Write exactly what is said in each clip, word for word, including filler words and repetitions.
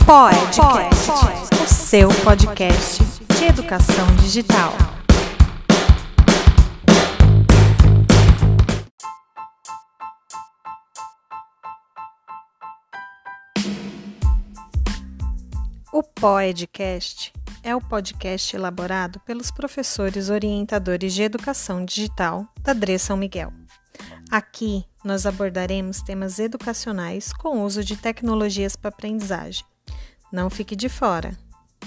Podcast, o seu podcast de educação digital. O Podcast é o podcast elaborado pelos professores orientadores de educação digital da D R E São Miguel. Aqui, nós abordaremos temas educacionais com uso de tecnologias para aprendizagem. Não fique de fora!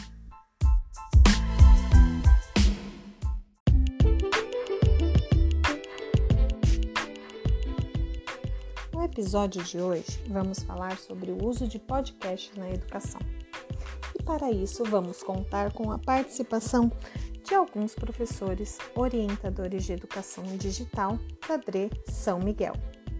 No episódio de hoje, vamos falar sobre o uso de podcasts na educação. E para isso, vamos contar com a participação de alguns professores orientadores de educação digital da D R E São Miguel.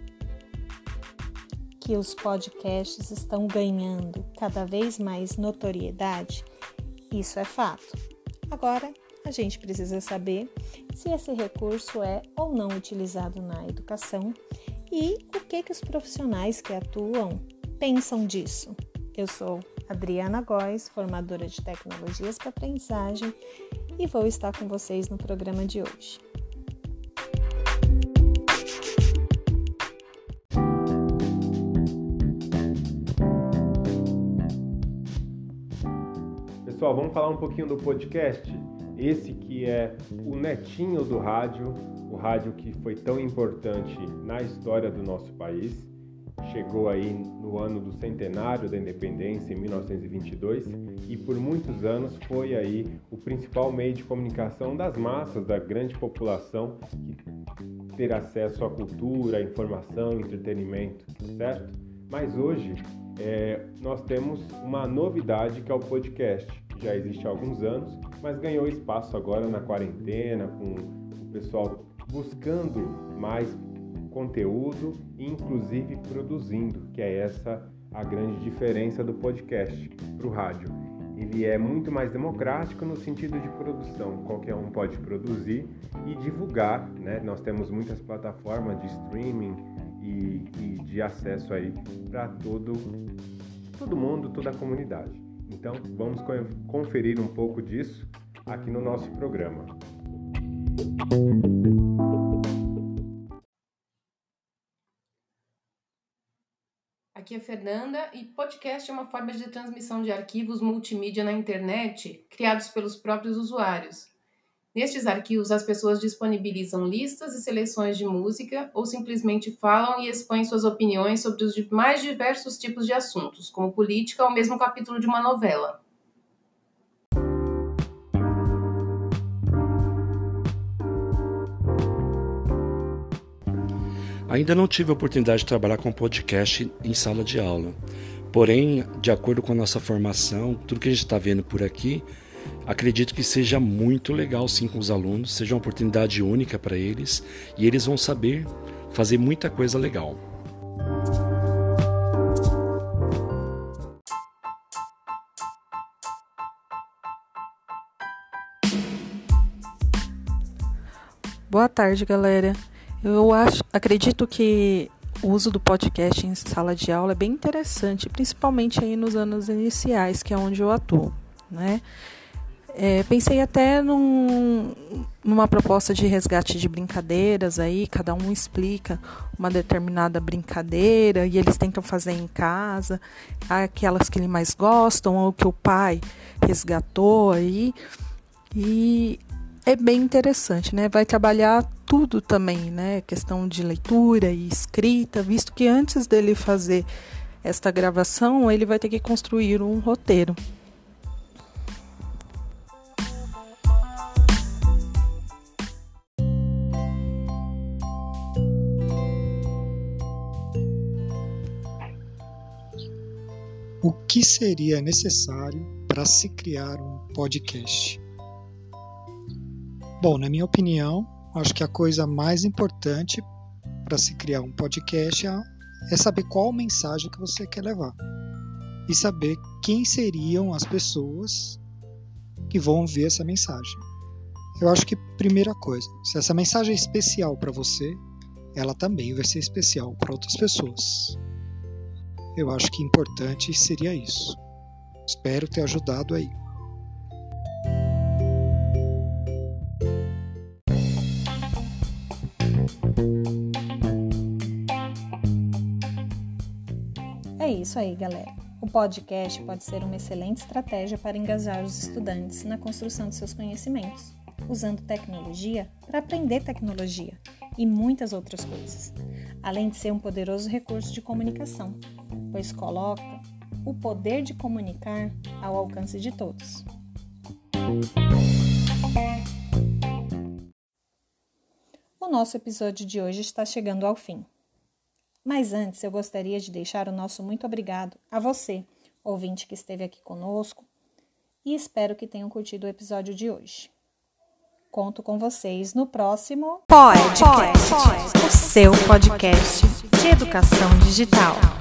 Que os podcasts estão ganhando cada vez mais notoriedade, isso é fato. Agora, a gente precisa saber se esse recurso é ou não utilizado na educação e o que, que os profissionais que atuam pensam disso. Eu sou Adriana Góes, formadora de tecnologias para aprendizagem, e vou estar com vocês no programa de hoje. Pessoal, vamos falar um pouquinho do podcast? Esse que é o netinho do rádio, o rádio que foi tão importante na história do nosso país. Chegou aí no ano do centenário da independência, em mil novecentos e vinte e dois, e por muitos anos foi aí o principal meio de comunicação das massas, da grande população, que ter acesso à cultura, à informação, entretenimento, certo? Mas hoje é, nós temos uma novidade que é o podcast. Já existe há alguns anos, mas ganhou espaço agora na quarentena, com o pessoal buscando mais conteúdo e inclusive produzindo, que é essa a grande diferença do podcast para o rádio. Ele é muito mais democrático no sentido de produção, qualquer um pode produzir e divulgar, né? Nós temos muitas plataformas de streaming e, e de acesso aí para todo, todo mundo, toda a comunidade. Então vamos conferir um pouco disso aqui no nosso programa. Aqui é Fernanda e podcast é uma forma de transmissão de arquivos multimídia na internet criados pelos próprios usuários. Nestes arquivos, as pessoas disponibilizam listas e seleções de música ou simplesmente falam e expõem suas opiniões sobre os mais diversos tipos de assuntos, como política ou mesmo capítulo de uma novela. Ainda não tive a oportunidade de trabalhar com podcast em sala de aula. Porém, de acordo com a nossa formação, tudo que a gente está vendo por aqui, acredito que seja muito legal sim com os alunos, seja uma oportunidade única para eles e eles vão saber fazer muita coisa legal. Boa tarde, galera. Eu acho, acredito que o uso do podcast em sala de aula é bem interessante, principalmente aí nos anos iniciais, que é onde eu atuo, né? É, pensei até num, numa proposta de resgate de brincadeiras aí, cada um explica uma determinada brincadeira e eles tentam fazer em casa, aquelas que eles mais gostam ou que o pai resgatou aí, e é bem interessante, né? Vai trabalhar tudo também, né? Questão de leitura e escrita, visto que antes dele fazer esta gravação, ele vai ter que construir um roteiro. O que seria necessário para se criar um podcast? Bom, na minha opinião, acho que a coisa mais importante para se criar um podcast é, é saber qual mensagem que você quer levar e saber quem seriam as pessoas que vão ver essa mensagem. Eu acho que, primeira coisa, se essa mensagem é especial para você, ela também vai ser especial para outras pessoas. Eu acho que importante seria isso. Espero ter ajudado aí. É isso aí, galera. O podcast pode ser uma excelente estratégia para engajar os estudantes na construção de seus conhecimentos, usando tecnologia para aprender tecnologia e muitas outras coisas, além de ser um poderoso recurso de comunicação, pois coloca o poder de comunicar ao alcance de todos. O nosso episódio de hoje está chegando ao fim. Mas antes, eu gostaria de deixar o nosso muito obrigado a você, ouvinte que esteve aqui conosco, e espero que tenham curtido o episódio de hoje. Conto com vocês no próximo podcast, o seu podcast de educação digital.